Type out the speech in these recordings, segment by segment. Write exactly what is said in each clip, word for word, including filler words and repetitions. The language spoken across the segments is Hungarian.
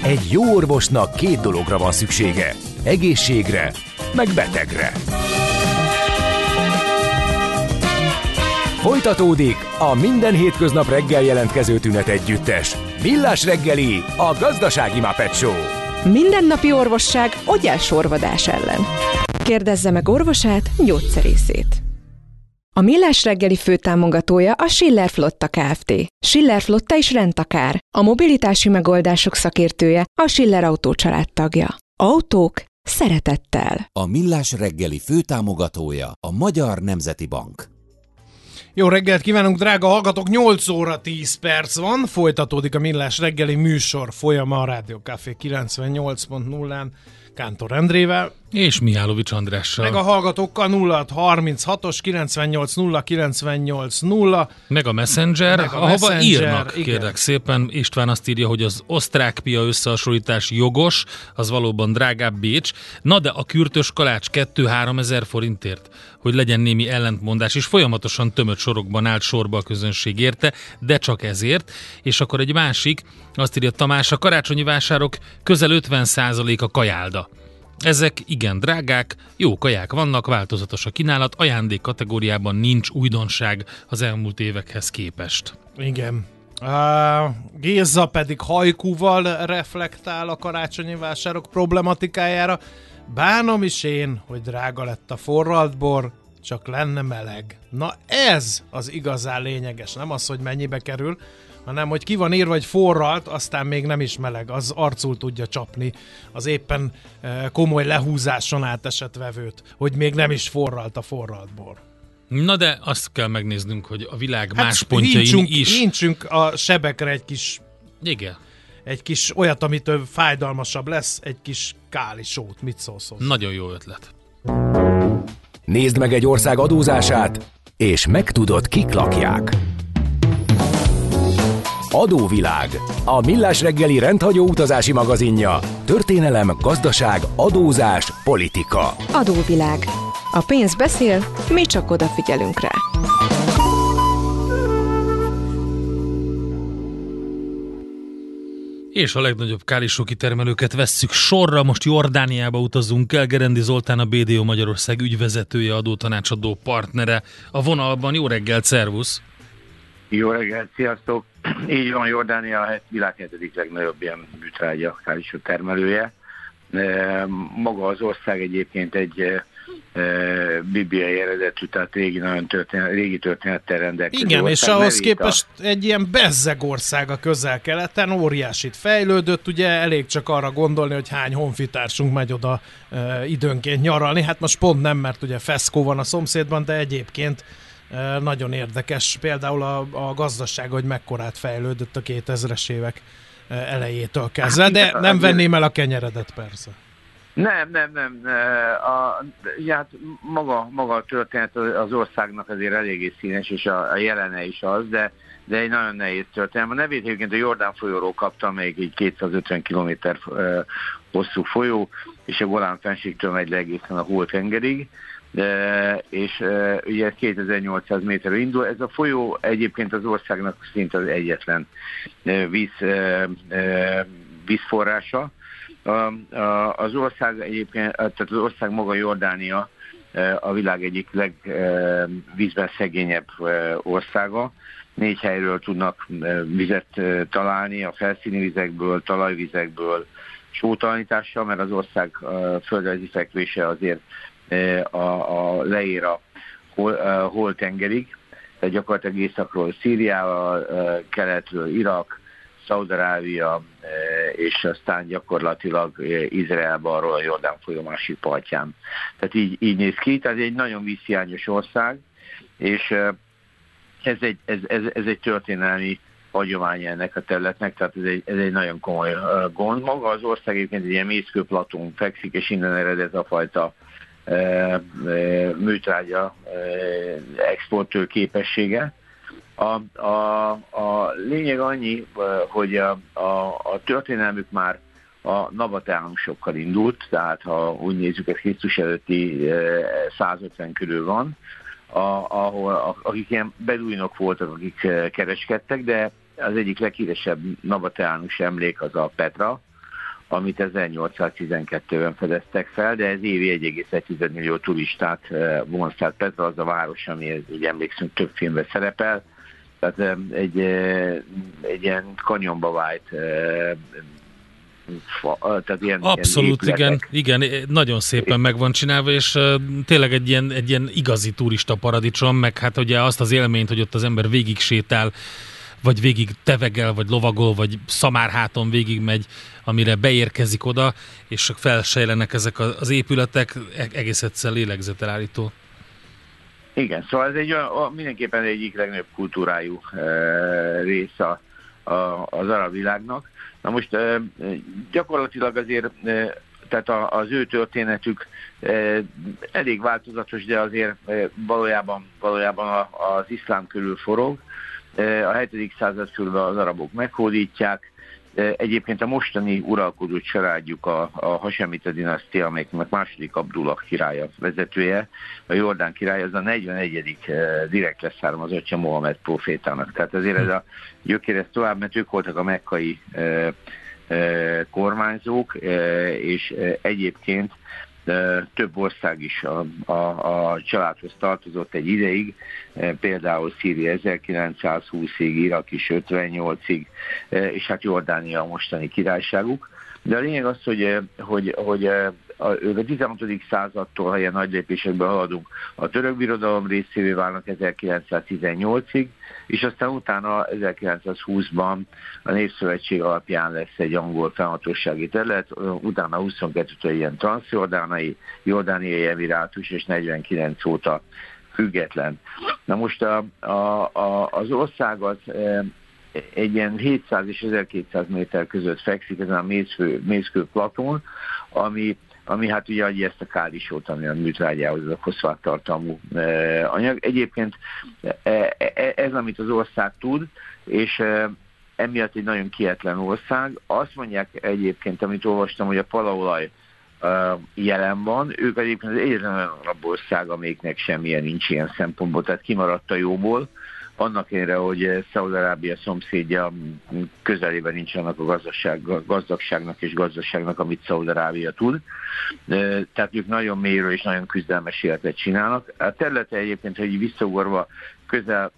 Egy jó orvosnak két dologra van szüksége. Egészségre, meg betegre. Folytatódik a minden hétköznap reggel jelentkező tünet együttes. Millás reggeli, a gazdasági Muppet Show. Mindennapi orvosság ogyásorvadás ellen. Kérdezze meg orvosát, gyógyszerészét. A Millás reggeli főtámogatója a Schiller Flotta Kft. Schiller Flotta is rendtakár. A mobilitási megoldások szakértője, a Schiller Autó család tagja. Autók szeretettel. A Millás reggeli főtámogatója a Magyar Nemzeti Bank. Jó reggelt kívánunk, drága hallgatók! nyolc óra tíz perc van, folytatódik a Millás reggeli műsor folyama a Rádió Café kilencvennyolc pont nullán Kántor Endrével. És Mihálovics Andrással. Meg a hallgatókkal nulla hat harminchatos kilencvennyolc nulla kilencvennyolc nulla. Meg a Messenger, meg a ahova Messenger, írnak, igen. kérlek szépen. István azt írja, hogy az osztrák-pia összehasonlítás jogos, az valóban drágább Bécs. Na de a kürtös kalács kettő-három ezer forintért, hogy legyen némi ellentmondás, és folyamatosan tömött sorokban állt sorba a közönség érte, de csak ezért. És akkor egy másik, azt írja Tamás, a karácsonyi vásárok közel ötven százalék a kajálda. Ezek igen drágák, jó kaják vannak, változatos a kínálat, ajándék kategóriában nincs újdonság az elmúlt évekhez képest. Igen. Uh, Géza pedig hajkúval reflektál a karácsonyi vásárok problematikájára. Bánom is én, hogy drága lett a forralt bor, csak lenne meleg. Na ez az igazán lényeges, nem az, hogy mennyibe kerül, hanem hogy ki van írva, hogy forralt, aztán még nem is meleg, az arcul tudja csapni az éppen e, komoly lehúzáson átesett vevőt, hogy még nem is forralt a forralt bor. Na de azt kell megnéznünk, hogy a világ Hát más pontjain hincsünk, is... hincsünk a sebekre egy kis... Igen. Egy kis olyat, amitől fájdalmasabb lesz, egy kis kálisót. Mit szólsz hozzá? Nagyon jó ötlet. Nézd meg egy ország adózását, és megtudod, kik lakják. Adóvilág, a Millás reggeli rendhagyó utazási magazinja. Történelem, gazdaság, adózás, politika. Adóvilág. A pénz beszél, mi csak odafigyelünk rá. És a legnagyobb kálisó kitermelőket vesszük sorra, most Jordániába utazunk el, Gerendi Zoltán, a bé dé o Magyarország ügyvezetője, adótanácsadó partnere a vonalban. Jó reggelt, szervusz! Jó reggelt, sziasztok! Így van, Jordánia a világ hetedik legnagyobb ilyen műtrágya kálisó termelője. Maga az ország egyébként egy bibliai eredetű, tehát régi, nagyon történet, régi történettel rendelkező. Igen, ország. és ahhoz Nevét képest a... egy ilyen bezzeg ország a közel-keleten, óriásit fejlődött, ugye elég csak arra gondolni, hogy hány honfitársunk megy oda e, időnként nyaralni. Hát most pont nem, mert ugye Feszkó van a szomszédban, de egyébként e, nagyon érdekes például a, a gazdaság, hogy mekkorát fejlődött a kétezres évek elejétől kezdve, de nem venném el a kenyeredet persze. Nem, nem, nem. A, hát maga, maga a történet az országnak azért eléggé színes, és a, a jelene is az, de, de egy nagyon nehéz történet. A nevét egyébként a Jordán folyóról kapta, amelyik egy kétszázötven kilométer hosszú folyó, és a Golán-fennsíktől megy le egészen a Hol-tengerig, és ugye kétezer-nyolcszáz méterről indul. Ez a folyó egyébként az országnak szinte az egyetlen víz, vízforrása. Az ország egyébként, tehát az ország maga Jordánia a világ egyik legvízben szegényebb országa. Négy helyről tudnak vizet találni, a felszíni vizekből, talajvizekből, sótalanítással, mert az ország földrajzi fekvése azért a, a leér a hol, Hol-tengerig, tehát gyakorlatilag északról Szíriával, keletről Irak, Szaúd-Arábia, és aztán gyakorlatilag Izrael balról a Jordán folyó másik partján. Tehát így, így néz ki, tehát egy nagyon vízhiányos ország, és ez egy, ez, ez, ez egy történelmi hagyománya ennek a területnek, tehát ez egy, ez egy nagyon komoly gond. Maga az ország egyébként egy ilyen mészkőplatón fekszik, és innen ered a fajta e, e, műtrágya e, exportőr képessége. A, a, a lényeg annyi, hogy a, a, a történelmük már a nabateánusokkal indult, tehát ha úgy nézzük, ez Krisztus előtti százötven körül van, a, ahol, akik ilyen beduinok voltak, akik kereskedtek, de az egyik leghíresebb nabateánus emlék az a Petra, amit ezernyolcszáztizenkettőben fedeztek fel, de ez évi egy egész egy millió turistát vonz. Tehát Petra az a város, ami, úgy emlékszünk, több filmben szerepel, tehát egy, egy ilyen kanyonba vájt, tehát ilyen, abszolút, ilyen igen, igen, nagyon szépen meg van csinálva, és uh, tényleg egy ilyen, egy ilyen igazi turista paradicsom, meg hát ugye azt az élményt, hogy ott az ember végig sétál, vagy végig tevegel, vagy lovagol, vagy szamárháton végig megy, amire beérkezik oda, és felsejlenek ezek az épületek, egész egyszer lélegzetelállító. Igen, szóval ez egy olyan, mindenképpen egyik legnagyobb kultúrájú e, rész a, a, az arab világnak. Na most e, gyakorlatilag azért, e, tehát a, az ő történetük e, elég változatos, de azért e, valójában, valójában a, az iszlám körül forog. E, a hetedik század körül az arabok meghódítják. Egyébként a mostani uralkodó családjuk a, a Hasemita dinasztia, amelynek második Abdullah királya vezetője, a Jordán király, az a negyvenegyedik direkt leszármazottja Mohamed profétának. Tehát azért ez a gyökér, ez tovább, mert ők voltak a mekkai e, e, kormányzók, e, és e, egyébként de több ország is a, a, a családhoz tartozott egy ideig, például Szíria ezerkilencszázhúszig, Irak is ötvennyolcig, és hát Jordánia a mostani királyságuk. De a lényeg az, hogy, hogy, hogy a, a tizenhatodik századtól, ha ilyen nagy lépésekben haladunk, a török birodalom részévé válnak ezerkilencszáztizennyolcig, és aztán utána ezerkilencszázhúszban a Népszövetség alapján lesz egy angol fennhatósági terület, utána huszonkettőtől ilyen transzjordánai, jordániai emirátus, és negyvenkilenc óta független. Na most a, a, a, az ország az egy ilyen hétszáz és ezerkétszáz méter között fekszik ezen a mészkő, mészkő platón, ami, ami hát ugye adja ezt a kádisót, ami a műtrágyához, ez a foszfát tartalmú e, anyag. Egyébként e, e, ez, amit az ország tud, és e, emiatt egy nagyon kietlen ország. Azt mondják egyébként, amit olvastam, hogy a palaolaj e, jelen van. Ők egyébként az egyetlen olyan arab ország, amelyiknek semmilyen nincs ilyen szempontból, tehát kimaradt a jóból. Annak ellenére, hogy Szaúd-Arábia szomszédja, közelében nincs annak a gazdaság, gazdagságnak és gazdaságnak, amit Szaúd-Arábia tud. Tehát ők nagyon mélyről és nagyon küzdelmes életet csinálnak. A területe egyébként, hogy visszagorva közel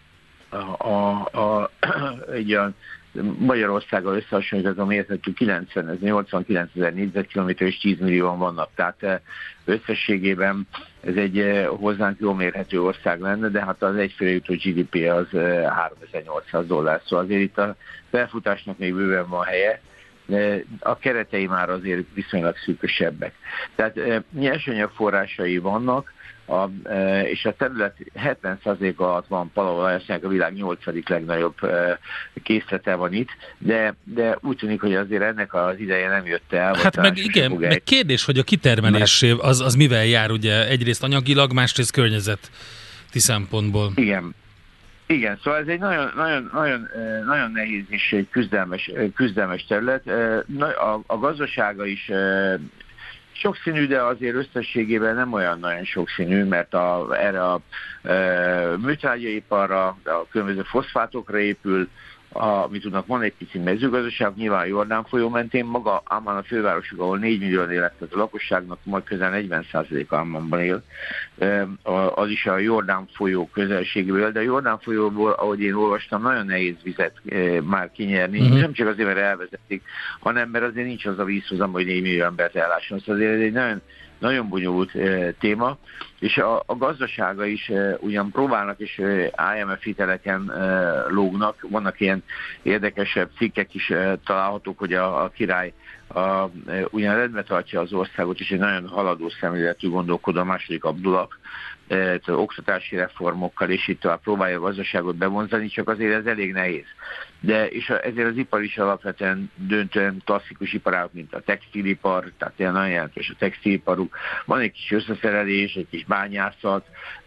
a, a, a, egy a Magyarországgal összehasonlítottam, értettük nyolcvankilencezer négyzetkilométer és tíz millióan vannak, tehát összességében ez egy hozzánk jól mérhető ország lenne, de hát az egyfőre jutó gé dé pé az háromezer-nyolcszáz dollár, szóval azért itt a felfutásnak még bőven van helye, de a keretei már azért viszonylag szűkösebbek. Tehát nyersanyag forrásai vannak, A, és a terület hetven százalék alatt van palaolaj, azt mondják, a világ nyolcadik legnagyobb készlete van itt, de, de úgy tűnik, hogy azért ennek az ideje nem jött el. Hát meg igen, meg egy... kérdés, hogy a kitermelés az, az mivel jár, ugye egyrészt anyagilag, másrészt környezeti szempontból. Igen. Igen, szóval ez egy nagyon, nagyon, nagyon, nagyon nehéz és egy küzdelmes, küzdelmes terület. A, a gazdasága is sokszínű, de azért összességében nem olyan nagyon sokszínű, mert a, erre a e, műtrágyaiparra, a különböző foszfátokra épül, a, mit tudnak, van egy pici mezőgazdaság, nyilván a Jordán folyó mentén, maga Ammán a fővárosuk, ahol négy millió élet, tehát a lakosságnak majd közel negyven százalék Ammánban él, e, az is a Jordán folyó közelségéből, de a Jordán folyóból, ahogy én olvastam, nagyon nehéz vizet e, már kinyerni, uh-huh. nem csak azért, mert elvezetik, hanem mert azért nincs az a vízhozam, hogy négy millió embert ellásson. Szóval azért ez egy nagyon, nagyon bonyolult e, téma, és a, a gazdasága is e, ugyan próbálnak, és e, I M F hiteleken e, lógnak, vannak ilyen érdekesebb cikkek is e, találhatók, hogy a, a király a, e, ugyan rendbe tartja az országot, és egy nagyon haladó szemléletű gondolkodó a második Abdullah, e, oktatási reformokkal, és itt tovább próbálja a gazdaságot bevonzani, csak azért ez elég nehéz. De és ezért az ipar is alapvetően döntően klasszikus iparágok, mint a textilipar, tehát ilyen nagyon jelentős a textiliparuk. Van egy kis összeszerelés, egy kis bányászat,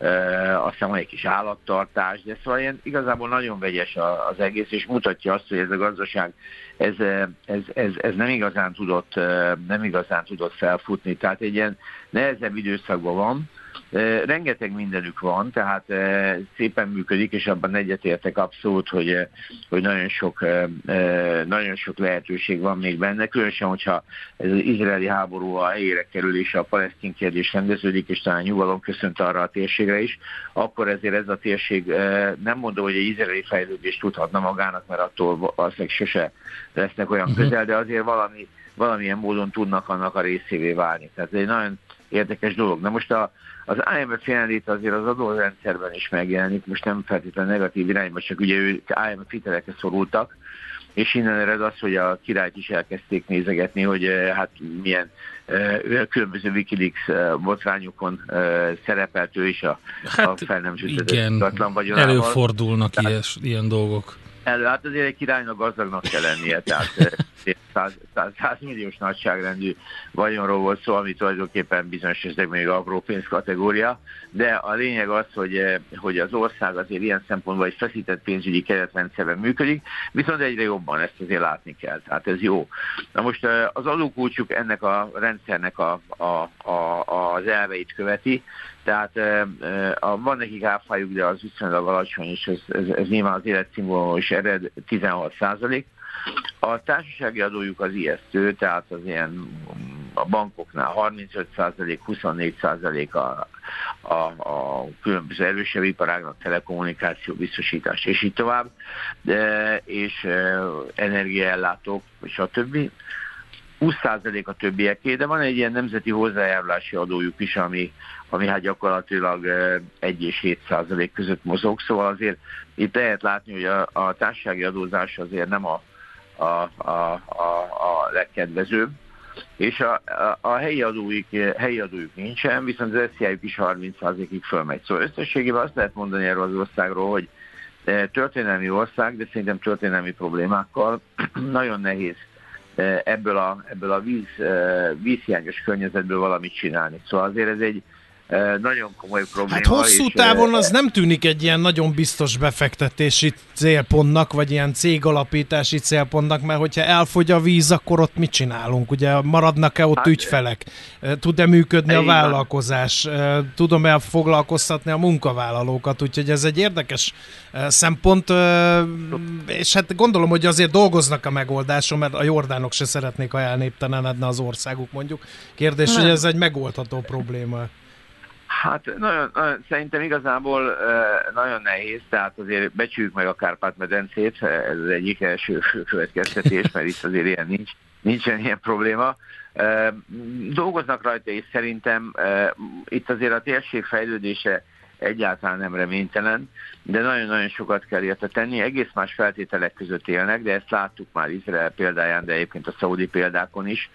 e, aztán van egy kis állattartás, de szóval ilyen igazából nagyon vegyes az egész, és mutatja azt, hogy ez a gazdaság ez, ez, ez, ez nem igazán tudott, nem igazán tudott felfutni. Tehát egy ilyen nehezebb időszakban van, Rengeteg mindenük van, tehát szépen működik, és abban egyetértek abszolút, hogy, hogy nagyon sok, nagyon sok lehetőség van még benne, különösen, hogyha ez az izraeli háború a helyére kerül, és a palesztin kérdés rendeződik, és talán nyugalom köszönt arra a térségre is, akkor ezért ez a térség, nem mondom, hogy egy izraeli fejlődést tudhatna magának, mert attól valószínűleg sose lesznek olyan közel, de azért valami, valamilyen módon tudnak annak a részévé válni. Tehát ez egy nagyon érdekes dolog. Na most a, az I M F jelenléte azért az adórendszerben is megjelenik, most nem feltétlenül negatív irányba, csak ugye ő I M F hitelekre szorultak, és innen ered az, hogy a királyt is elkezdték nézegetni, hogy hát milyen uh, különböző Wikileaks uh, botrányokon uh, szerepelt ő is a, hát, a fel nem zsűjtetett vagyonával. Előfordulnak Tehát, ilyes, ilyen dolgok. Elő, hát azért egy királynak gazdagnak kell lennie, tehát száz milliós nagyságrendű vagyonról volt szó, ami tulajdonképpen bizonyos esetekben még apró pénz kategória, de a lényeg az, hogy, hogy az ország azért ilyen szempontból egy feszített pénzügyi keretrendszerben működik, viszont egyre jobban ezt azért látni kell, tehát ez jó. Na most az adókulcsuk ennek a rendszernek a, a, a, az elveit követi, tehát a, van nekik áfájuk, de az viszonylag alacsony, és ez, ez, ez nyilván az életszínvonalon is ered, tizenhat százalék. A társasági adójuk az ijesztő, tehát az ilyen a bankoknál harmincöt százalék, huszonnégy százalék a, a, a különböző erősebb iparágnak, telekommunikáció, biztosítás, és így tovább, de, és energiaellátók, és a többi. húsz százalék a többieké, de van egy ilyen nemzeti hozzájárulási adójuk is, ami, ami hát gyakorlatilag egy és hét százalék között mozog, szóval azért itt lehet látni, hogy a, a társasági adózás azért nem a, a, a, a, a legkedvezőbb, és a, a, a helyi, adóik, helyi adójuk nincsen, viszont az es zé i-juk is harminc százalékig fölmegy. Szóval összességében azt lehet mondani erről az országról, hogy történelmi ország, de szerintem történelmi problémákkal nagyon nehéz ebből a, ebből a víz, vízhiányos környezetből valamit csinálni. Szóval azért ez egy nagyon komoly probléma. Hát hosszú távon az nem tűnik egy ilyen nagyon biztos befektetési célpontnak, vagy ilyen cégalapítási célpontnak, mert hogyha elfogy a víz, akkor ott mit csinálunk? Ugye maradnak-e ott hát, ügyfelek? Tud-e működni a vállalkozás? Tudom-e foglalkoztatni a munkavállalókat? Úgyhogy ez egy érdekes szempont, és hát gondolom, hogy azért dolgoznak a megoldáson, mert a jordánok se szeretnék, ha elnéptelenedne az országuk, mondjuk. Kérdés, nem. hogy ez egy megoldható probléma. Hát nagyon, nagyon, szerintem igazából nagyon nehéz, tehát azért becsüljük meg a Kárpát-medencét, ez az egyik első következtetés, mert itt azért ilyen nincs, nincsen ilyen probléma. Dolgoznak rajta, és szerintem itt azért a térség fejlődése egyáltalán nem reménytelen, de nagyon-nagyon sokat kell érte tenni. Egész más feltételek között élnek, de ezt láttuk már Izrael példáján, de egyébként a szaudi példákon is.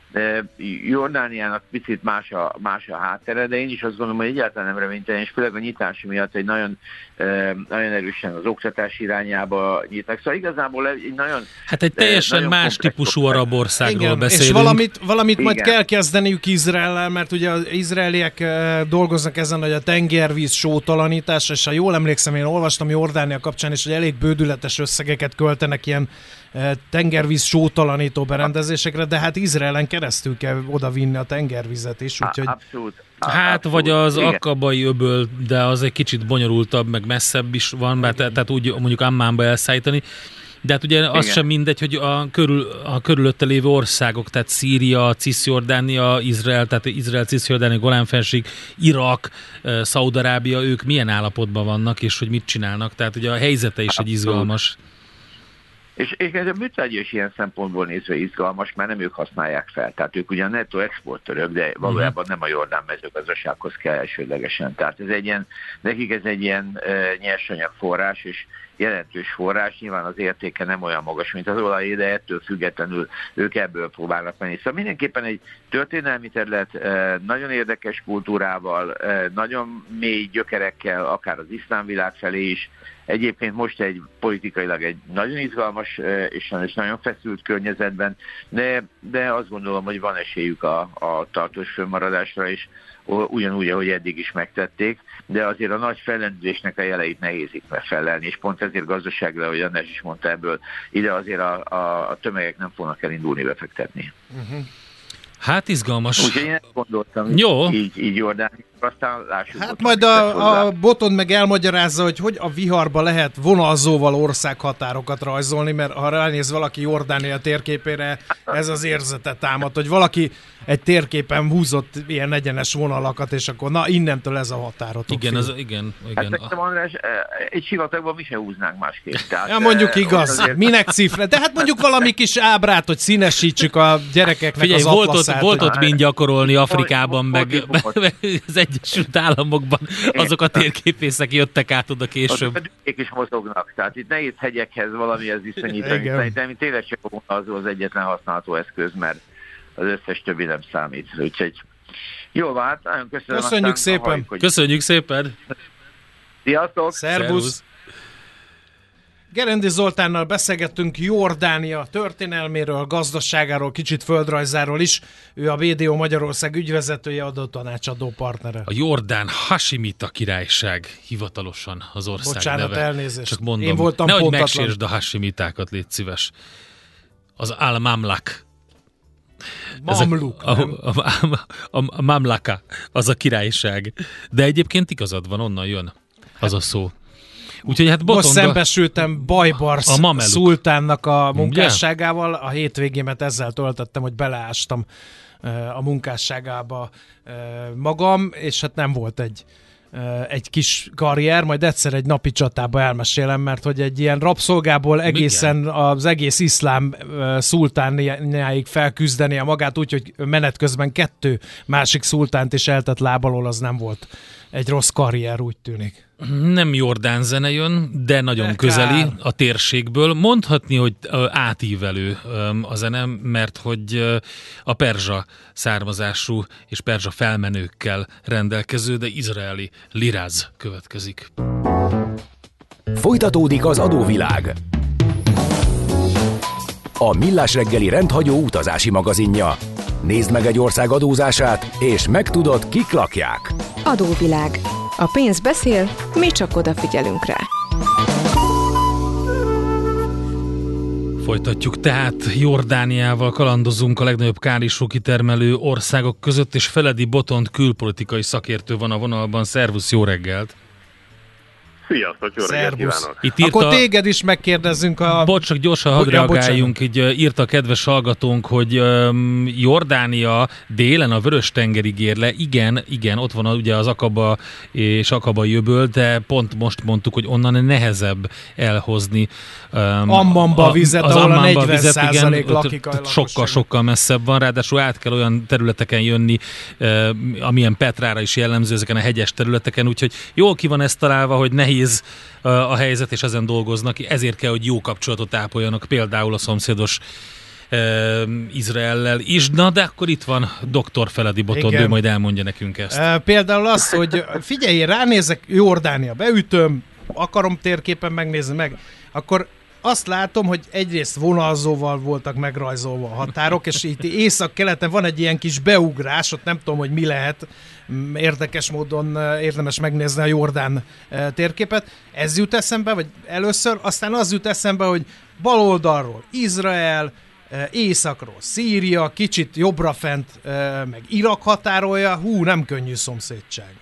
Jordániának picit más a, más a háttere, de én is azt gondolom, hogy egyáltalán nem reménytelen, és főleg a nyitás miatt egy nagyon, nagyon erősen az oktatás irányába nyitnak. Szóval igazából egy nagyon... Hát egy teljesen nagyon más típusú arab országról igen, beszélünk. És valamit, valamit majd kell kezdeniük Izraellel, mert ugye az izraeliek dolgoznak ezen, hogy a tengervíz sótalanítás, és ha jól emlékszem, én olvastam Jordánia kapcsán, és hogy elég bődületes összegeket költenek ilyen tengervíz sótalanító berendezésekre, de hát Izraelen keresztül kell odavinni a tengervizet is, úgyhogy... Abszolút. Hát, abszolút. vagy az Igen. Akabai öböl, de az egy kicsit bonyolultabb, meg messzebb is van, bár te, tehát úgy mondjuk Ammánba elszállítani. De hát ugye az Igen. sem mindegy, hogy a, körül, a körülötte lévő országok, tehát Szíria, Cisjordánia, Izrael, tehát Izrael, Cisjordánia, Golánfennsík, Irak, Szaúd-Arábia, ők milyen állapotban vannak, és hogy mit csinálnak. Tehát ugye a helyzete is Abszolút. egy izgalmas. És, és ez a műtrágya is ilyen szempontból nézve izgalmas, mert nem ők használják fel. Tehát ők ugyan netto exportőrök, de valójában nem a jordán mezőgazdasághoz kell elsődlegesen. Tehát ez egy ilyen, nekik ez egy ilyen e, nyersanyagforrás, és jelentős forrás, nyilván az értéke nem olyan magas, mint az olaj, de ettől függetlenül ők ebből próbálnak menni. Szóval mindenképpen egy történelmi terület, nagyon érdekes kultúrával, nagyon mély gyökerekkel, akár az iszlám világ felé is. Egyébként most egy politikailag egy nagyon izgalmas és nagyon feszült környezetben, de, de azt gondolom, hogy van esélyük a, a tartós fönnmaradásra is, ugyanúgy, ahogy eddig is megtették, de azért a nagy fellendülésnek a jeleit nehéz itt megfelelni, és pont ezért gazdaságra, ahogy András is mondta ebből, ide azért a, a, a tömegek nem fognak elindulni befektetni. Uh-huh. Hát izgalmas. Úgyhogy én ezt gondoltam Jó. így, így Jordánia. aztán lássuk. Hát majd a, a Botond meg elmagyarázza, hogy hogy a viharba lehet vonalzóval országhatárokat rajzolni, mert ha ránéz valaki Jordánia térképére, ez az érzetet támad, hogy valaki egy térképen húzott ilyen egyenes vonalakat, és akkor na, innentől ez a határotok. Igen, az, igen, igen. Hát szerintem, András, egy sivatagban mi se húznánk másképp. Tehát, ja, mondjuk igaz, azért... minek cifre, de hát mondjuk valami kis ábrát, hogy színesítsük a gyerekeknek. Figyelj, az volt atlaszát. Ott, volt ott mind gyakorolni Afrikában, meg, meg az Egyesült Államokban azok a térképészek jöttek át oda később. Ott ők is mozognak, tehát itt nehéz hegyekhez valamihez viszonyítani. Szerintem tényleg csak a vonalzó az egyetlen használható eszköz, mert az összes többi nem számít. Úgyhogy jó, hát nagyon köszönöm. Köszönjük szépen. Köszönjük szépen. Sziasztok. Szervusz. Gerendi Zoltánnal beszélgettünk Jordánia történelméről, gazdaságáról, kicsit földrajzáról is. Ő a bé dé o Magyarország ügyvezetője, adótanácsadó partnere. A Jordán Hasimita királyság hivatalosan az ország Bocsánat, neve. elnézést. Csak mondom, Én voltam nehogy pontatlan. megsértsd a Hasimitákat, légy szíves. Az Al-Mamlak. Mamluk, a, a, a, a, a Mamlaka, az a királyság. De egyébként igazad van, onnan jön az a szó. Úgyhogy hát Most Botonga... szembesültem Bajbarsz a szultánnak a munkásságával. A hétvégémet ezzel töltöttem, hogy beleástam a munkásságába magam, és hát nem volt egy egy kis karrier, majd egyszer egy napi csatába elmesélem, mert hogy egy ilyen rabszolgából egészen igen. az egész iszlám uh, szultániáig felküzdeni a magát, úgyhogy menet közben kettő másik szultánt is eltett lábalól, az nem volt egy rossz karrier, úgy tűnik. Nem jordán zene jön, de nagyon de közeli kár. A térségből. Mondhatni, hogy átívelő a zene, mert hogy a perzsa származású és perzsa felmenőkkel rendelkező, de izraeli liráz következik. Folytatódik az adóvilág. A Millás reggeli rendhagyó utazási magazinja. Nézd meg egy ország adózását, és megtudod, kik lakják. Adóvilág. A pénz beszél, mi csak odafigyelünk rá. Folytatjuk tehát, Jordániával kalandozunk a legnagyobb kálisó kitermelő országok között, és Feledi Botond külpolitikai szakértő van a vonalban. Szervusz, jó reggelt! Sziasztok, jó reggelt kívánok! Itt írta... Akkor téged is megkérdezzünk a... Bocs, csak gyorsan hadd reagáljunk, így írta a kedves hallgatónk, hogy um, Jordánia délen a Vörös-tengerig ér le. Igen, igen, ott van ugye az Akaba és Akabai öböl, de pont most mondtuk, hogy onnan nehezebb elhozni um, Ammamba a vizet, az ahol a negyven százalék lakik a sokkal-sokkal messzebb van, ráadásul át kell olyan területeken jönni, uh, amilyen Petrára is jellemző, ezeken a hegyes területeken, úgyhogy jól ki van ezt találva, hogy nehéz a helyzet, és ezen dolgoznak, ezért kell, hogy jó kapcsolatot ápoljanak, például a szomszédos e, Izraellel is. Na, de akkor itt van doktor Feledi Botond, ő majd elmondja nekünk ezt. E, például az, hogy figyelj, ránézek, Jordánia, beütöm, akarom térképen megnézni meg, akkor azt látom, hogy egyrészt vonalzóval voltak megrajzolva a határok, és itt észak-keleten van egy ilyen kis beugrás, ott nem tudom, hogy mi lehet, érdekes módon érdemes megnézni a Jordán térképet. Ez jut eszembe, vagy először, aztán az jut eszembe, hogy bal oldalról Izrael, északról Szíria, kicsit jobbra fent meg Irak határolja, hú, nem könnyű szomszédság.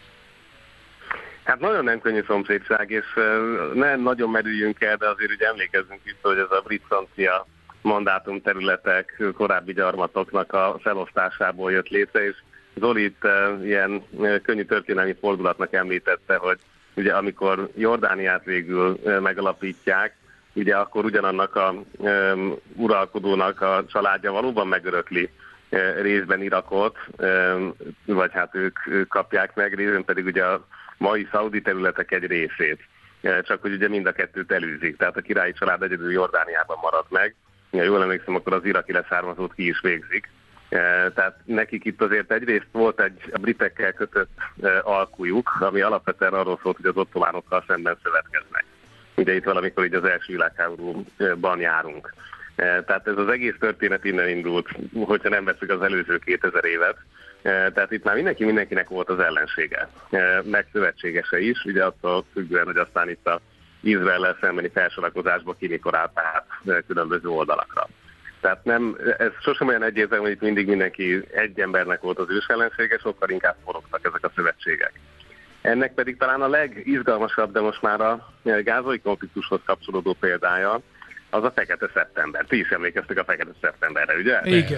Hát nagyon nem könnyű szomszédság, és nem nagyon merüljünk el, de azért ugye emlékezzünk vissza, hogy ez a brit-francia mandátum területek korábbi gyarmatoknak a felosztásából jött létre, és Zoli itt ilyen könnyű történelmi fordulatnak említette, hogy ugye amikor Jordániát végül megalapítják, ugye akkor ugyanannak a um, uralkodónak a családja valóban megörökli uh, részben Irakot, um, vagy hát ők, ők kapják meg, részben pedig ugye a mai szaudi területek egy részét. Uh, csak hogy ugye mind a kettőt elűzik, tehát a királyi család egyedül Jordániában maradt meg. Ja, jól emlékszem, akkor az iraki leszármazót ki is végzik. Uh, tehát nekik itt azért egyrészt volt egy a britekkel kötött uh, alkujuk, ami alapvetően arról szólt, hogy az ottománokkal szemben szövetkeznek. Ugye itt valamikor így az első világháborúban járunk. Tehát ez az egész történet innen indult, hogyha nem veszük az előző kétezer évet. Tehát itt már mindenki mindenkinek volt az ellensége, meg szövetségese is, ugye attól függően, hogy aztán itt az Izraellel szembeni felsorakozásba ki mikor állt át különböző oldalakra. Tehát nem, ez sosem olyan egyértelmű, hogy itt mindig mindenki egy embernek volt az ős ellensége, sokkal inkább forogtak alakulnak ezek a szövetségek. Ennek pedig talán a legizgalmasabb, de most már a gázai konfliktushoz kapcsolódó példája az a Fekete Szeptember. Ti is emlékeztek a Fekete Szeptemberre, ugye? Igen.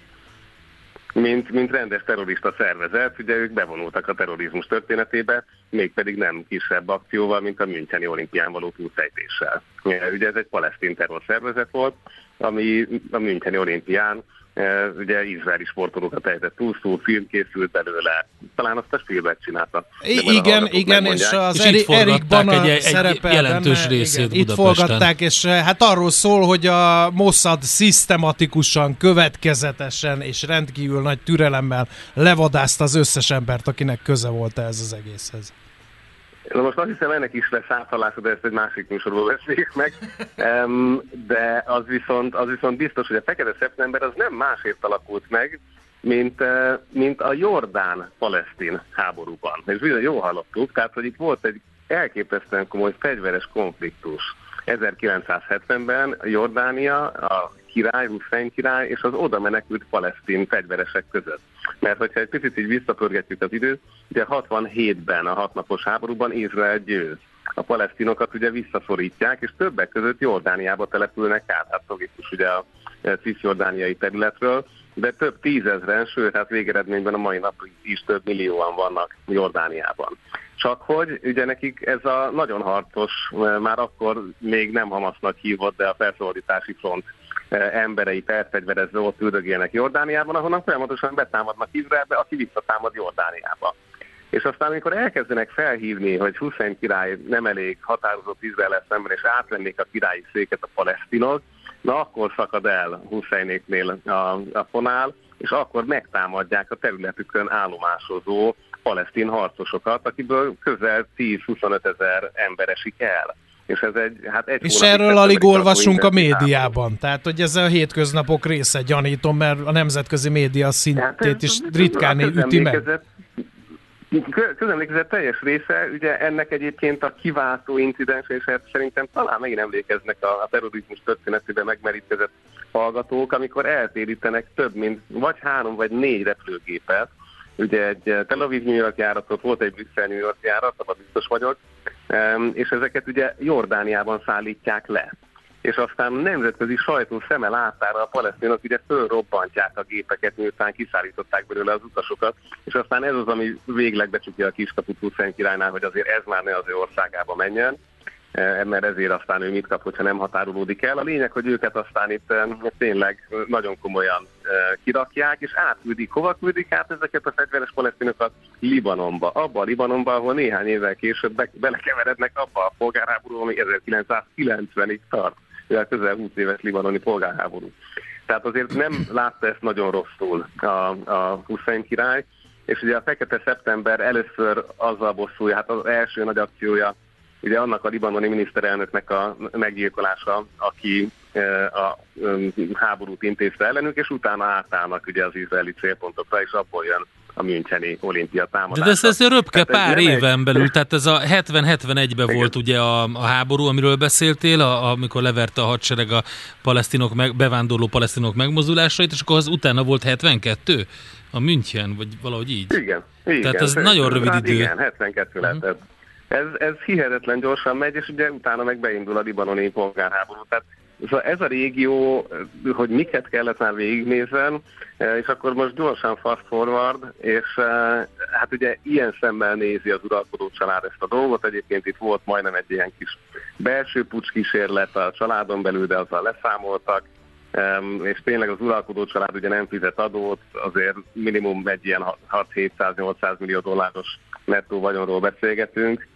Mint, mint rendes terrorista szervezet, ugye ők bevonultak a terrorizmus történetébe, mégpedig nem kisebb akcióval, mint a Müncheni olimpián való túlszejtéssel. Ugye ez egy palesztin terrorszervezet volt, ami a Müncheni olimpián ugye izraeli sportolókat ejtett túlszó, film készült belőle. Talán azt a Spielberg csinálta. Igen, igen, és az és Erik Bana egy, szerepel egy jelentős benne, részét igen, itt forgatták, és hát arról szól, hogy a Mossad szisztematikusan, következetesen és rendkívül nagy türelemmel levadázta az összes embert, akinek köze volt ez az egészhez. Na most azt hiszem, ennek is lesz áthallása, de ezt egy másik műsorból beszéljük meg. De az viszont, az viszont biztos, hogy a Fekete Szeptember az nem másért alakult meg, mint, mint a jordán-palesztin háborúban. És bizony jól hallottuk, tehát hogy itt volt egy elképesztően komoly fegyveres konfliktus. ezerkilencszázhetvenben Jordánia, a király, Hussein király és az oda menekült palesztin fegyveresek között. Mert hogyha egy picit így visszapörgetjük az időt, ugye hatvanhétben a hatnapos háborúban Izrael győz. A palesztinokat ugye visszaszorítják, és többek között Jordániába települnek át, hát logikus ugye a cisjordániai területről, de több tízezren, sőt, hát végeredményben a mai napig is több millióan vannak Jordániában. Csak hogy ugye nekik ez a nagyon harcos, már akkor még nem Hamasznak hívott, de a felszabadítási front emberei felfegyverezve ott üldögélnek Jordániában, ahonnan folyamatosan betámadnak Izraelbe, aki visszatámad Jordániába. És aztán, amikor elkezdenek felhívni, hogy Hussein király nem elég határozott Izrael szemben, és átvennék a királyi széket a palesztinok, na akkor szakad el Husseinéknél a, a fonál, és akkor megtámadják a területükön állomásozó palesztin harcosokat, akiből közel tíz-huszonöt ezer ember esik el. És, ez egy, hát egy és erről alig olvasunk a médiában. Háború. Tehát, hogy ez a hétköznapok része, gyanítom, mert a nemzetközi média szintét is ritkán üti meg. Közemlékezet teljes része, ugye ennek egyébként a kiváltó incidens, és hát szerintem talán megint emlékeznek a, a terrorizmus történetében megmerítkezett hallgatók, amikor eltérítenek több mint vagy három vagy négy repülőgépet. Ugye egy Tel Aviv New York járatot, volt egy Brüsszel New York járat, abban biztos vagyok, és ezeket ugye Jordániában szállítják le. És aztán nemzetközi sajtó szeme látára a palesztinok ugye fölrobbantják a gépeket, miután kiszállították belőle az utasokat, és aztán ez az, ami végleg becsukja a kiskaput Hussein királynál, hogy azért ez már ne az ő országába menjen, mert ezért aztán ő mit kap, hogyha nem határolódik el. A lényeg, hogy őket aztán itt tényleg nagyon komolyan kirakják, és átküldik. Hova küldik át ezeket a fegyveres palesztinokat? Libanonba. Abba a Libanonba, ahol néhány évvel később be- belekeverednek abba a polgárháború, ami ezerkilencszázkilencvenig tart. Mivel közel húsz éves libanoni polgárháború. Tehát azért nem látta ezt nagyon rosszul a, a Hussein király, és ugye a Fekete Szeptember először azzal bosszulja, hát az első nagy akciója, ugye annak a libanoni miniszterelnöknek a meggyilkolása, aki a háborút intézte ellenük, és utána átállnak ugye az izraeli célpontokra, és abból jön a Müncheni olimpia támadása. De ez, ez röpke pár éven egy... belül, tehát ez a hetven-hetvenegyben volt ugye a, a háború, amiről beszéltél, a, amikor leverte a hadsereg a palesztinok meg, bevándorló palesztinok megmozdulásait, és akkor az utána volt hetvenkettő a München, vagy valahogy így. Igen. igen. Tehát ez nagyon rövid hát idő. Igen, hetvenkettő uh-huh. lehetett. Ez, ez hihetetlen gyorsan megy, és ugye utána meg beindul a libanoni polgárháború. Tehát szóval ez a régió, hogy miket kellett már végignézzen, és akkor most gyorsan fast forward, és hát ugye ilyen szemmel nézi az uralkodó család ezt a dolgot. Egyébként itt volt majdnem egy ilyen kis belső puccs kísérlet a családon belül, de azzal leszámoltak, és tényleg az uralkodó család ugye nem fizet adót, azért minimum egy ilyen hat-hétszáz-nyolcszáz millió dolláros nettó vagyonról beszélgetünk,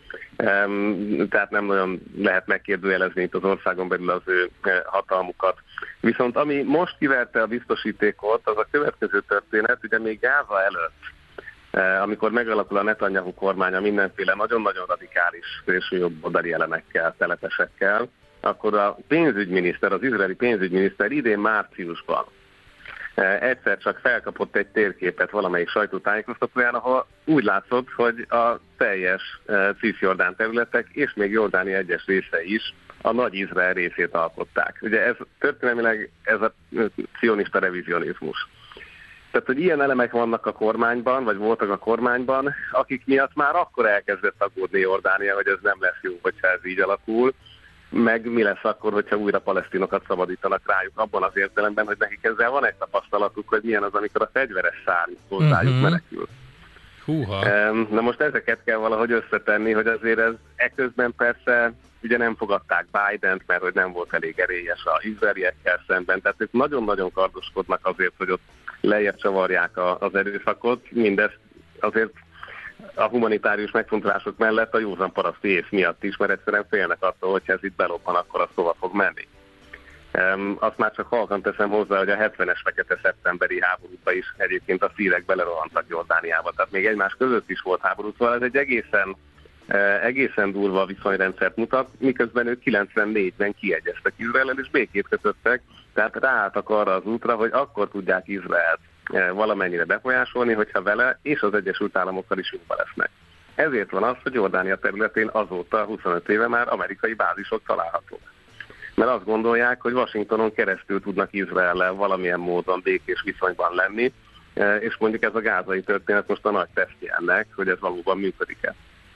tehát nem nagyon lehet megkérdőjelezni itt az országon belül az ő hatalmukat. Viszont ami most kiverte a biztosítékot, az a következő történet, ugye még Gáza előtt, amikor megalakul a Netanyahu kormánya mindenféle nagyon-nagyon radikális szélsőjobboldali elemekkel, telepesekkel, akkor a pénzügyminiszter, az izraeli pénzügyminiszter idén márciusban egyszer csak felkapott egy térképet valamelyik sajtótájékoztatóján, ahol úgy látszott, hogy a teljes cisjordán területek és még Jordánia egyes része is a nagy Izrael részét alkották. Ugye ez történelmileg ez a cionista revizionizmus. Tehát, hogy ilyen elemek vannak a kormányban, vagy voltak a kormányban, akik miatt már akkor elkezdett aggódni Jordánia, hogy ez nem lesz jó, hogyha ez így alakul, meg mi lesz akkor, hogyha újra palesztinokat szabadítanak rájuk, abban az értelemben, hogy nekik ezzel van egy tapasztalatuk, hogy milyen az, amikor a fegyveres szárny hozzájuk uh-huh. menekül. Húha. Na most ezeket kell valahogy összetenni, hogy azért ez eközben persze ugye nem fogadták Bident, mert hogy nem volt elég erélyes az izraeliekkel szemben, tehát ők nagyon-nagyon kardoskodnak azért, hogy ott lejjebb csavarják a, az erőszakot, mindezt azért a humanitárius megfontolások mellett a józan paraszti ész miatt is, mert egyszerűen félnek attól, hogyha ez itt belobban, akkor az hova fog menni. Um, azt már csak halkan teszem hozzá, hogy a hetvenes fekete szeptemberi háborúba is egyébként a szírek belerohantak Jordániába, tehát még egymás között is volt háború, szóval ez egy egészen, uh, egészen durva viszonyrendszert mutat, miközben ők kilencvennégyben kiegyeztek Izraellel és békét kötöttek, tehát ráálltak arra az útra, hogy akkor tudják Izraelt uh, valamennyire befolyásolni, hogyha vele és az Egyesült Államokkal is jóba lesznek. Ezért van az, hogy Jordánia területén azóta huszonöt éve már amerikai bázisok találhatók. Mert azt gondolják, hogy Washingtonon keresztül tudnak Izraellel valamilyen módon békés viszonyban lenni, és mondjuk ez a gázai történet most a nagy tesztje ennek, hogy ez valóban működik-e.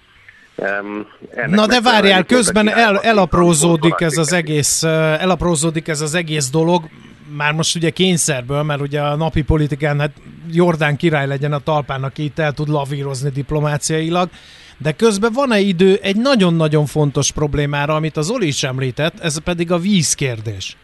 Na de várjál, közben el, elaprózódik ez az egész, elaprózódik ez az egész dolog, már most ugye kényszerből, mert ugye a napi politikán, hát Jordán király legyen a talpán, aki itt el tud lavírozni diplomáciailag, de közben van-e idő egy nagyon-nagyon fontos problémára, amit az Oli is említett, ez pedig a vízkérdés.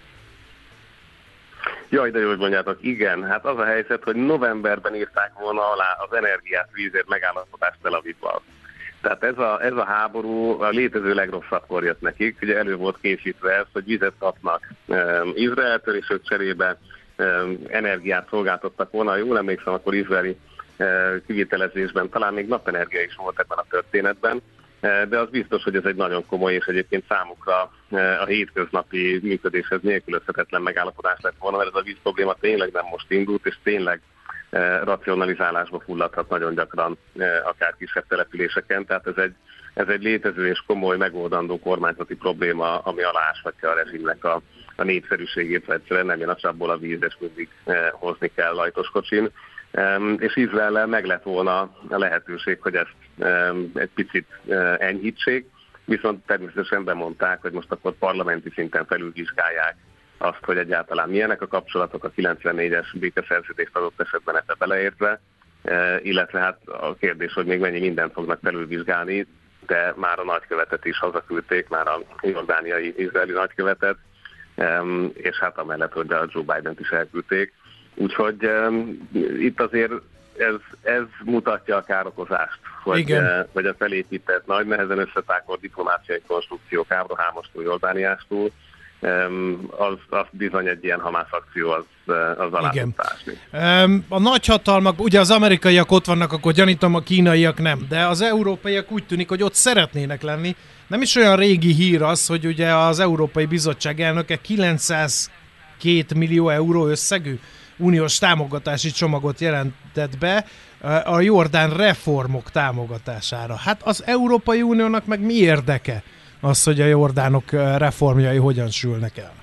Jaj, de jó, hogy mondjátok, igen, hát az a helyzet, hogy novemberben írták volna alá az energiát vízért megállapodást Tel Avivval. Tehát ez a, ez a háború a létező legrosszabbkor jött nekik, ugye elő volt készítve ez, hogy vizet kapnak um, Izraeltől, és ők cserébe um, energiát szolgáltattak volna. Jól emlékszem, akkor izraeli kivitelezésben, talán még napenergia is volt ebben a történetben, de az biztos, hogy ez egy nagyon komoly és egyébként számukra a hétköznapi működéshez nélkülözhetetlen megállapodás lett volna, mert ez a víz probléma tényleg nem most indult, és tényleg racionalizálásba fulladhat nagyon gyakran akár kisebb településeken, tehát ez egy, ez egy létező és komoly megoldandó kormányzati probléma, ami aláshatja a rezsimnek a, a népszerűségét, egyszerűen nem jön a csapból a víz, és mindig hozni kell lajtoskocsin. Um, és Izraellel meg lett volna a lehetőség, hogy ezt um, egy picit uh, enyhítsék, viszont természetesen bemondták, hogy most akkor parlamenti szinten felülvizsgálják azt, hogy egyáltalán milyenek a kapcsolatok, a kilencvennégyes békeszerződést adott esetben ebbe beleértve, uh, illetve hát a kérdés, hogy még mennyi mindent fognak felülvizsgálni, de már a nagykövetet is hazaküldték, már a jordániai izraeli nagykövetet, um, és hát amellett, hogy a Joe Bident is elküldték. Úgyhogy um, itt azért ez, ez mutatja a károkozást, hogy, uh, hogy a felépített, nagy nehezen összetákolt diplomáciai konstrukciók Ábrahámostól, Jordániástól, um, az, az bizony egy ilyen Hamász akció, az, az alá tud tásni. Um, a nagyhatalmak, ugye az amerikaiak ott vannak, akkor gyanítom, a kínaiak nem, de az európaiak úgy tűnik, hogy ott szeretnének lenni. Nem is olyan régi hír az, hogy ugye az Európai Bizottság elnöke kilencszázkettő millió euró összegű uniós támogatási csomagot jelentett be a jordán reformok támogatására. Hát az Európai Uniónak meg mi érdeke az, hogy a jordánok reformjai hogyan sülnek el?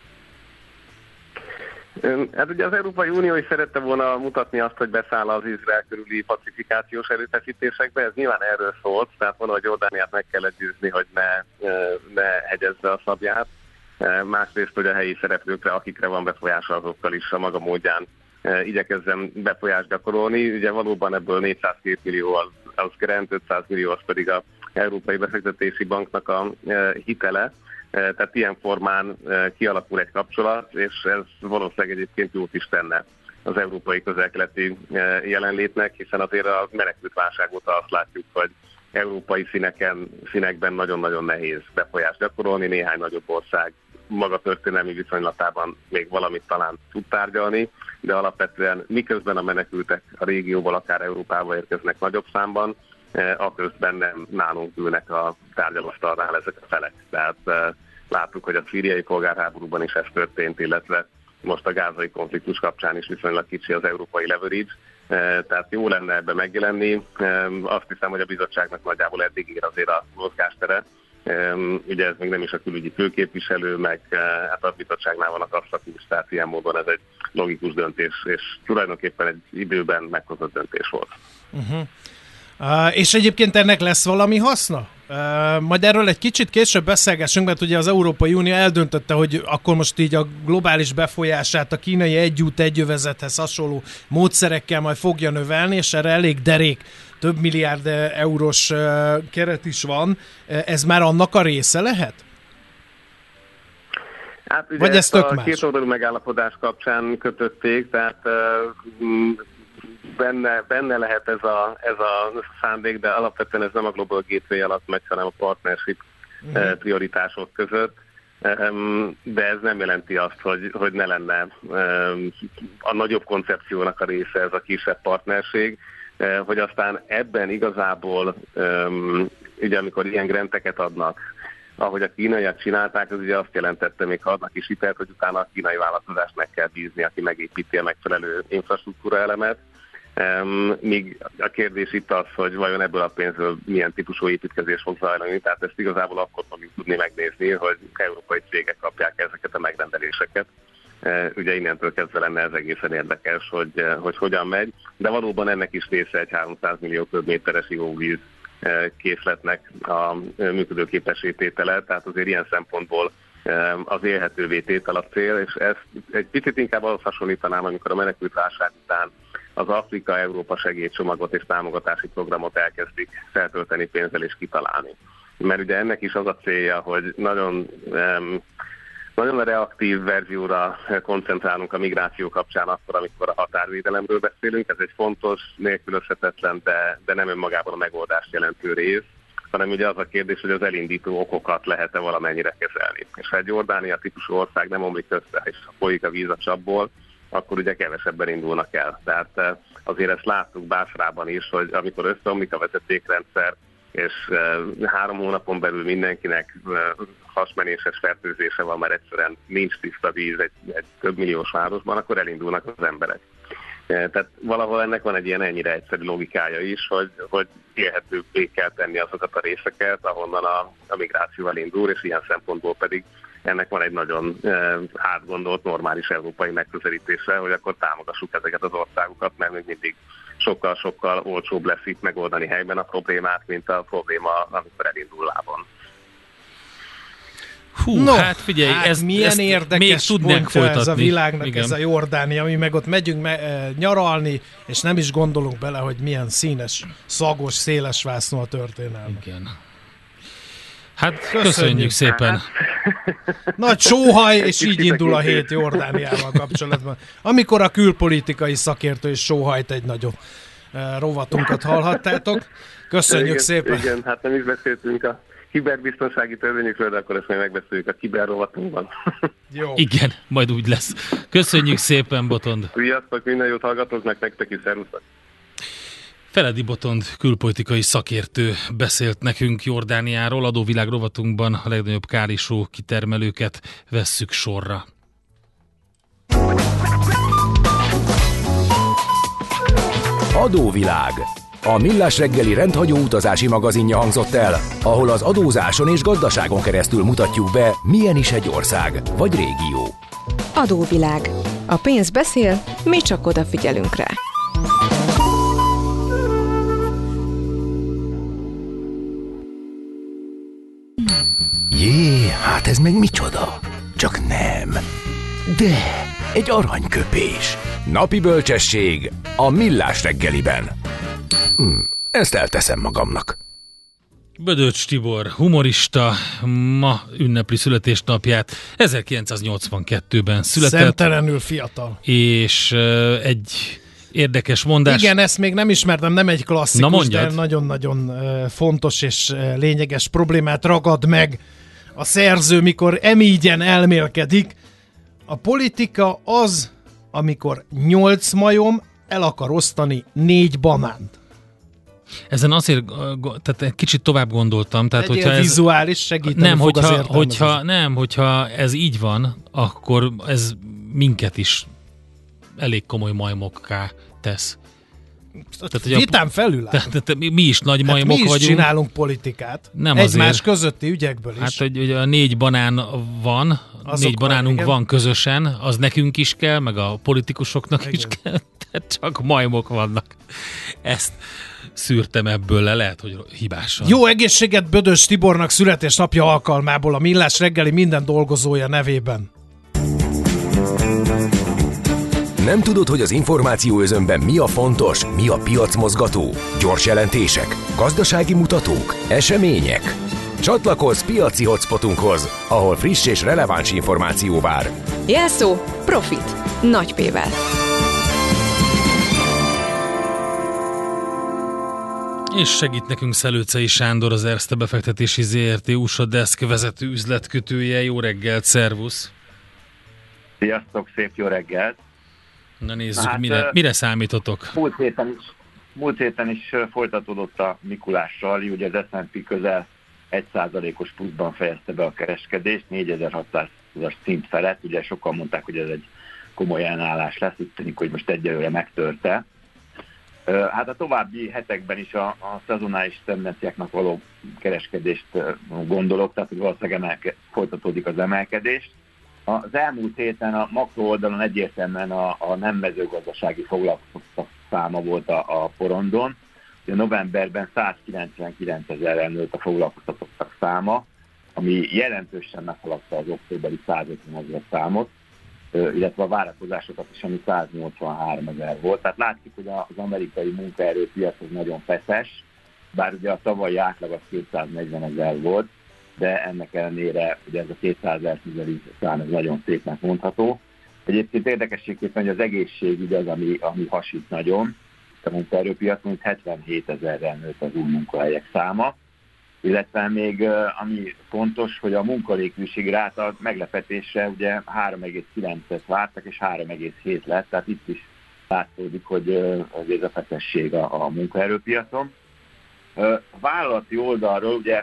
Hát ugye az Európai Unió is szerette volna mutatni azt, hogy beszáll az Izrael körüli pacifikációs erőfeszítésekbe. Ez nyilván erről szólt, tehát valahogy Jordániát meg kellett győzni, hogy ne, ne hegyezze a szabját. Másrészt, hogy a helyi szereplőkre, akikre van befolyása, azokkal is a maga módján igyekezzem befolyást gyakorolni. Ugye valóban ebből négyszázkettő millió az, az grant, ötszáz millió az pedig az Európai Befektetési Banknak a hitele. Tehát ilyen formán kialakul egy kapcsolat, és ez valószínűleg egyébként jót is tenne az európai közel-keleti jelenlétnek, hiszen azért a menekült válság óta azt látjuk, hogy európai színeken, színekben nagyon-nagyon nehéz befolyást gyakorolni, néhány nagyobb ország maga történelmi viszonylatában még valamit talán tud tárgyalni, de alapvetően miközben a menekültek a régióból, akár Európába érkeznek nagyobb számban, aközben nem nálunk ülnek a tárgyalóasztalnál ezek a felek. Tehát láttuk, hogy a szíriai polgárháborúban is ez történt, illetve most a gázai konfliktus kapcsán is viszonylag kicsi az európai leverage, tehát jó lenne ebbe megjelenni. Azt hiszem, hogy a bizottságnak nagyjából eddig ér azért a mozgástere, Ugye ez még nem is a külügyi főképviselő, meg hát a bizottságnál van a kasszakus, tehát ilyen módon ez egy logikus döntés, és tulajdonképpen egy időben meghozott döntés volt. Uh-huh. Uh, és egyébként ennek lesz valami haszna? Uh, majd erről egy kicsit később beszélgessünk, mert ugye az Európai Unió eldöntötte, hogy akkor most így a globális befolyását a kínai egyút egyövezethez hasonló módszerekkel majd fogja növelni, és erre elég derék, több milliárd eurós uh, keret is van. Uh, ez már annak a része lehet? Hát ugye vagy ez tök a más? Két oldalú megállapodás kapcsán kötötték, tehát uh, Benne, benne lehet ez a, ez a szándék, de alapvetően ez nem a Global Gateway alatt megy, hanem a partnership uh-huh. prioritások között. De ez nem jelenti azt, hogy, hogy ne lenne a nagyobb koncepciónak a része ez a kisebb partnerség, hogy aztán ebben igazából, ugye amikor ilyen granteket adnak, ahogy a kínaiak csinálták, az ugye azt jelentette, még ha adnak is hitelt, hogy utána a kínai vállalkozást meg kell bízni, aki megépíti a megfelelő infrastruktúra elemet. Um, míg a kérdés itt az, hogy vajon ebből a pénzből milyen típusú építkezés fog zajlani, tehát ezt igazából akkor fogjuk tudni megnézni, hogy európai cégek kapják ezeket a megrendeléseket. Uh, ugye innentől kezdve lenne ez egészen érdekes, hogy, uh, hogy hogyan megy, de valóban ennek is része egy háromszáz millió köbméteres ivóvíz uh, készletnek a uh, működőképessé tétele, tehát azért ilyen szempontból uh, az élhetővé tétel a cél, és ezt egy picit inkább ahhoz hasonlítanám, amikor a menekült válság után az Afrika-Európa segélycsomagot és támogatási programot elkezdik feltölteni pénzzel és kitalálni. Mert ugye ennek is az a célja, hogy nagyon, um, nagyon reaktív verzióra koncentrálunk a migráció kapcsán akkor, amikor a határvédelemről beszélünk. Ez egy fontos, nélkülözhetetlen, de, de nem önmagában a megoldást jelentő rész, hanem ugye az a kérdés, hogy az elindító okokat lehet-e valamennyire kezelni. És ha egy Jordánia típusú ország nem omlik össze, és folyik a víz a csapból, akkor ugye kevesebben indulnak el. Tehát azért ezt láttuk Básrában is, hogy amikor összeomlik a vezetékrendszer, és három hónapon belül mindenkinek hasmenéses fertőzése van, mert egyszerűen nincs tiszta víz egy, egy több milliós városban, akkor elindulnak az emberek. Tehát valahol ennek van egy ilyen ennyire egyszerű logikája is, hogy, hogy élhetőbbé kell tenni azokat a részeket, ahonnan a, a migráció elindul, és ilyen szempontból pedig ennek van egy nagyon e, átgondolt, normális európai megközelítése, hogy akkor támogassuk ezeket az országokat, mert még mindig sokkal-sokkal olcsóbb lesz itt megoldani helyben a problémát, mint a probléma, amikor elindul lábon. Hú, no, hát figyelj, hát ez, milyen ezt érdekes pontja ez a világnak, igen. Ez a Jordánia, mi meg ott megyünk me- e, nyaralni, és nem is gondolunk bele, hogy milyen színes, szagos, széles vásznú a történelme. Igen. Hát köszönjük, köszönjük szépen. Nagy sóhaj, és így indul a hét Jordániával kapcsolatban. Amikor a külpolitikai szakértő is sóhajt, egy nagyobb uh, rovatunkat hallhattátok. Köszönjük igen, szépen. Igen, hát nem is beszéltünk a kiberbiztonsági törvényükről, de akkor ezt majd megbeszéljük a kiberrovatunkban. Jó. Igen, majd úgy lesz. Köszönjük szépen, Botond. Sziasztok, minden jót hallgatóknak, nektek is, szervusztok. Feledi Botond külpolitikai szakértő beszélt nekünk Jordániáról, Adóvilág rovatunkban a legnagyobb kárisó kitermelőket vesszük sorra. Adóvilág. A Millás reggeli rendhagyó utazási magazinja hangzott el, ahol az adózáson és gazdaságon keresztül mutatjuk be, milyen is egy ország vagy régió. Adóvilág. A pénz beszél, mi csak odafigyelünk rá. Jé, hát ez meg micsoda? Csak nem. De, egy aranyköpés. Napi bölcsesség a Millás reggeliben. Hm, ezt elteszem magamnak. Bödöcs Tibor, humorista, ma ünnepli születésnapját. ezerkilencszáznyolcvankettőben született. Szemtelenül fiatal. És uh, egy érdekes mondás. Igen, ezt még nem ismertem, nem egy klasszikus, Na de nagyon-nagyon uh, fontos és uh, lényeges problémát ragad meg a szerző, mikor emígyen elmélkedik. A politika az, amikor nyolc majom el akar osztani négy banánt. Ezen azért, tehát egy kicsit tovább gondoltam. Tehát, hogyha ez, vizuális segíteni nem, fog hogyha, az hogyha, nem, hogyha ez így van, akkor ez minket is elég komoly majmokká tesz. Tehát, vitán felül áll. Tehát, tehát mi is nagy majmok hát mi is vagyunk. csinálunk politikát. Nem egymás azért. közötti ügyekből is. Hát, hogy, hogy a négy banán van, Azok négy banánunk van, van közösen, az nekünk is kell, meg a politikusoknak igen. is kell, tehát csak majmok vannak. Ezt szűrtem ebből le, lehet, hogy hibásan. Jó egészséget Bödös Tibornak születésnapja alkalmából a Millás reggeli minden dolgozója nevében. Nem tudod, hogy az információ özönben mi a fontos, mi a piacmozgató? Gyors jelentések, gazdasági mutatók, események? Csatlakozz piaci hotspotunkhoz, ahol friss és releváns információ vár. Jelszó Profit. Nagy P-vel. És segít nekünk Szelőcei Sándor, az Erste Befektetési zé er té u es á Desk vezető üzletkötője. Jó reggelt, szervusz! Sziasztok, szép jó reggelt! Na nézzük, hát, mire, mire számítotok? Múlt héten is, múlt héten is folytatódott a Mikulással, ugye az es and pé közel egy százalékos pluszban fejezte be a kereskedést, négyezer-hatszázas szint felett, ugye sokan mondták, hogy ez egy komoly ellenállás lesz, úgy tűnik, hogy most egyelőre megtörte. Hát a további hetekben is a, a szezonális tendenciáknak való kereskedést gondolok, tehát hogy valószínűleg emelke, folytatódik az emelkedés. Az elmúlt héten a makro oldalon egyértelműen a, a nem mezőgazdasági foglalkoztatottak száma volt a, a porondon. Ugye novemberben százkilencvenkilencezerrel nőtt a foglalkoztatottak száma, ami jelentősen meghaladta az októberi százötvenezer számot, illetve a várakozásokat is, ami száznyolcvanháromezer volt. Tehát látszik, hogy az amerikai munkaerőpiac az nagyon feszes, bár ugye a tavalyi átlag az kétszáznegyvenezer volt, de ennek ellenére ugye ez a kétszázezer közeli szám, ez nagyon szépnek mondható. Egyébként érdekességképpen, hogy az egészségügy az, ami, ami hasít nagyon a munkaerőpiacon, hogy hetvenhétezerrel nőtt az új munkahelyek száma, illetve még ami fontos, hogy a munkanélküliség ráta meglepetésre ugye három egész kilencet vártak, és három egész hét lett, tehát itt is látszódik, hogy ez a feszesség a, a munkaerőpiacon. A vállalati oldalról ugye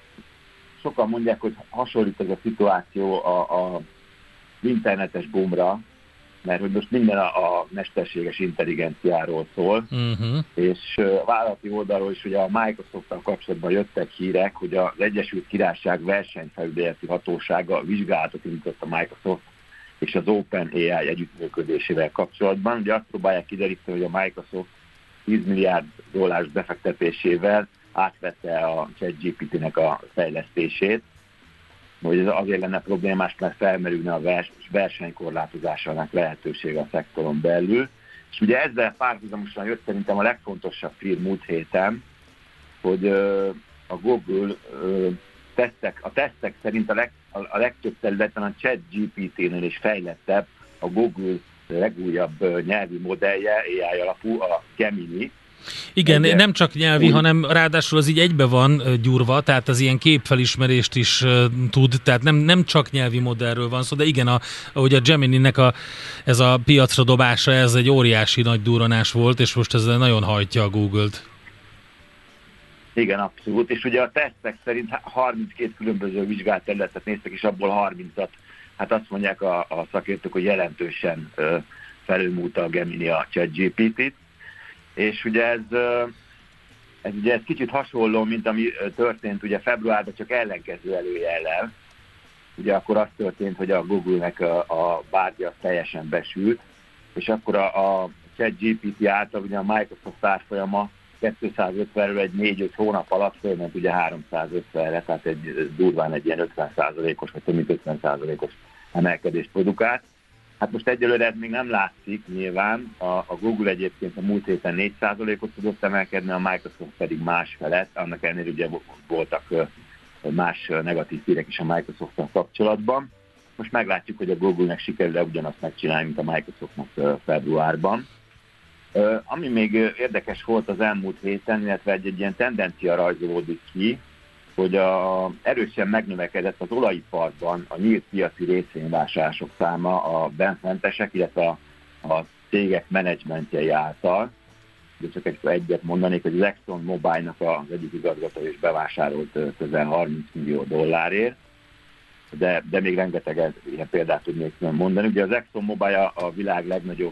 sokan mondják, hogy hasonlít ez a szituáció a, a internetes boomra, mert hogy most minden a, a mesterséges intelligenciáról szól, uh-huh. és a vállalati oldalról is ugye a Microsoft-tal kapcsolatban jöttek hírek, hogy az Egyesült Királyság versenyfelügyeleti hatósága vizsgálatot indított a Microsoft és az OpenAI együttműködésével kapcsolatban. Ugye azt próbálják kideríteni, hogy a Microsoft tíz milliárd dolláros befektetésével átvette a ChatGPT-nek a fejlesztését, hogy ez azért lenne problémás, mert felmerülne a vers- versenykorlátozásának lehetősége a szektoron belül. És ugye ezzel párhuzamosan jött szerintem a legfontosabb hír múlt héten, hogy ö, a Google ö, tesztek, a tesztek szerint a, leg, a, a legtöbb területen a ChatGPT-nél is fejlettebb a Google legújabb ö, nyelvi modellje, á i alapú, a Gemini. Igen, Egy, nem csak nyelvi, úgy, hanem ráadásul az így egybe van gyúrva, tehát az ilyen képfelismerést is uh, tud, tehát nem, nem csak nyelvi modellről van szó, de igen, a, ahogy a Gemini-nek a, ez a piacra dobása, ez egy óriási nagy durranás volt, és most ez nagyon hajtja a Google-t. Igen, abszolút, és ugye a tesztek szerint harminckét különböző vizsgált területet néztek, és abból harmincat, hát azt mondják a, a szakértők, hogy jelentősen uh, felülmúlta a Gemini a ChatGPT-t. És ugye ez, ez, ugye ez kicsit hasonló, mint ami történt ugye februárban, csak ellenkező előjellel. Ugye akkor az történt, hogy a Google-nek a, a bárgya teljesen besült, és akkor a, a ChatGPT által ugye a Microsoft árfolyama kétszázötvenről egy négy-öt hónap alatt fölment ugye háromszázötvenre, tehát egy durván egy ilyen ötven százalékos, vagy több mint ötven százalékos emelkedést produkált. Hát most egyelőre ez még nem látszik nyilván, a, a Google egyébként a múlt héten négy százalékot tudott emelkedni, a Microsoft pedig más felett, annak ellenére ugye voltak más negatív hírek is a Microsofttal kapcsolatban. Most meglátjuk, hogy a Google-nek sikerül-e ugyanazt megcsinálni, mint a Microsoftnak februárban. Ami még érdekes volt az elmúlt héten, illetve egy, egy ilyen tendencia rajzolódik ki, hogy a, erősen megnövekedett az olajiparban a nyílt piaci részvényvásárlások száma a benfentesek, illetve a, a cégek menedzsmentjei által. De csak egy, egyet mondanék, hogy az Exxon Mobil-nak az egyik igazgató is bevásárolt közel harminc millió dollárért, de, de még rengeteg ilyen példát tudnék mondani. Ugye az Exxon Mobil a, a világ legnagyobb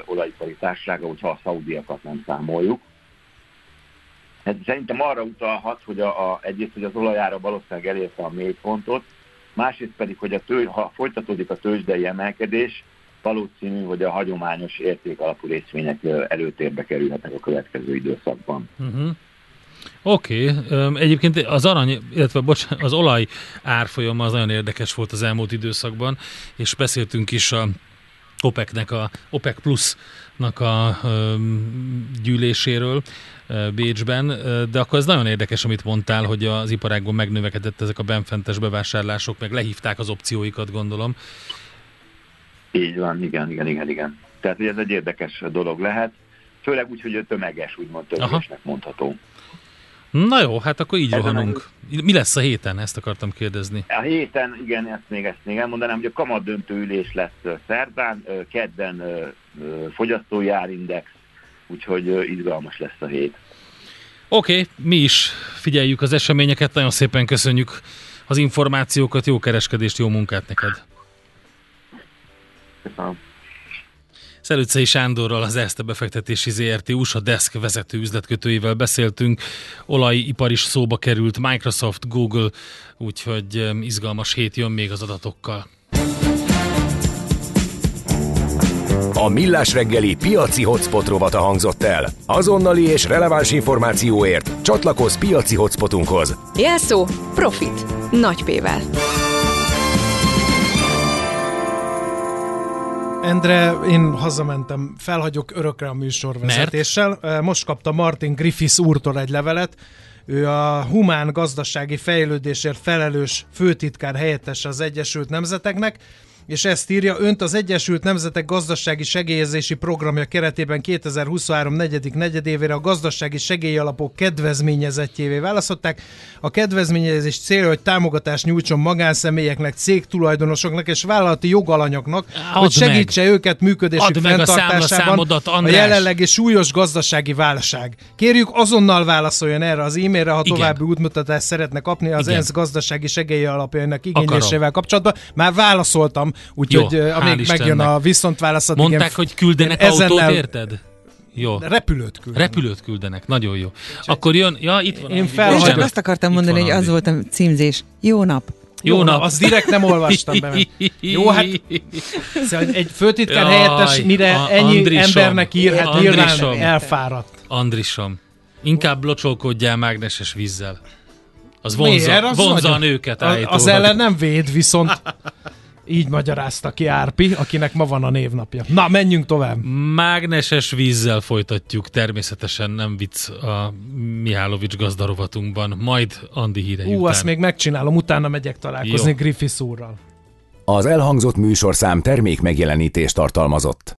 olajipari társasága, hogyha a szaudiakat nem számoljuk. Ez szerintem arra utalhat, hogy a, a, egyrészt, hogy az olajára valószínűleg elérte a mélypontot, másrészt pedig, hogy a tő, ha folytatódik a tőzsdei emelkedés, valószínű, hogy a hagyományos értékalapú részvények előtérbe kerülhetnek a következő időszakban. Uh-huh. Oké, okay. Egyébként az arany, illetve bocsánat, az olaj árfolyama az nagyon érdekes volt az elmúlt időszakban, és beszéltünk is a OPEC-nek, a OPEC Plus-nak a gyűléséről Bécsben, de akkor ez nagyon érdekes, amit mondtál, hogy az iparágban megnövekedett ezek a benfentes bevásárlások, meg lehívták az opcióikat, gondolom. Így van, igen, igen, igen, igen. Tehát, hogy ez egy érdekes dolog lehet, főleg úgy, hogy tömeges, úgymond tömegesnek mondható. Na jó, hát akkor így rohanunk. Mi lesz a héten? Ezt akartam kérdezni. A héten, igen, ezt még, ezt még elmondanám, hogy a kamat döntő ülés lesz szerdán, kedden fogyasztói árindex, úgyhogy izgalmas lesz a hét. Oké, okay, mi is figyeljük az eseményeket, nagyon szépen köszönjük az információkat, jó kereskedést, jó munkát neked. Köszönöm. Szelőczei Sándorral, az Erste Befektetési zé er té u es á Desk vezető üzletkötőivel beszéltünk, olajipar is szóba került, Microsoft, Google, úgyhogy izgalmas hét jön még az adatokkal. A Millás reggeli piaci hotspot rovata hangzott el. Azonnali és releváns információért csatlakozz piaci hotspotunkhoz. Jelszó Profit. Nagy P-vel. Endre, én hazamentem, felhagyok örökre a műsorvezetéssel. Mert? Most kapta Martin Griffiths úrtól egy levelet. Ő a humán gazdasági fejlődésért felelős főtitkár helyettese az Egyesült Nemzeteknek, és ezt írja: önt az Egyesült Nemzetek gazdasági segélyezési programja keretében kétezer-huszonhárom negyedik negyedévére a gazdasági segélyalapok kedvezményezettjévé választották. A kedvezményezés célja, hogy támogatást nyújtson magánszemélyeknek, cégtulajdonosoknak és vállalati jogalanyoknak, Add hogy segítse meg. őket működésük Add fenntartásában a, a jelenlegi súlyos gazdasági válság. Kérjük, azonnal válaszoljon erre az e-mailre, ha Igen. további útmutatást szeretne kapni az Igen. ENSZ gazdasági segélyalapjainak igénylésével kapcsolatban. Már válaszoltam, úgyhogy amíg megjön a viszontválaszat. Mondták, igen, hogy küldenek autót, érted? Jó. Repülőt küldenek. Repülőt küldenek, nagyon jó. Csak Akkor jön, ja, itt van. Én felhagyom. Azt akartam mondani, hogy az volt a címzés. Jó nap. Jó, Jó nap. Azt direkt nem olvastam be. Jó, hát szóval egy főtitkár helyettes, mire a, ennyi Andrisom, embernek ír, hát nyilván elfáradt. Andrisom, inkább locsolkodjál mágneses vízzel. Az vonza, az vonza a nőket állítólag. Az ellen nem véd, viszont így magyarázta ki Árpi, akinek ma van a névnapja. Na, menjünk tovább. Mágneses vízzel folytatjuk, természetesen nem vicc a Mihálovics gazdarovatunkban, majd Andi hírei Ú, után. azt még megcsinálom, utána megyek találkozni Griffiths úrral. Az elhangzott műsorszám termék megjelenítést tartalmazott.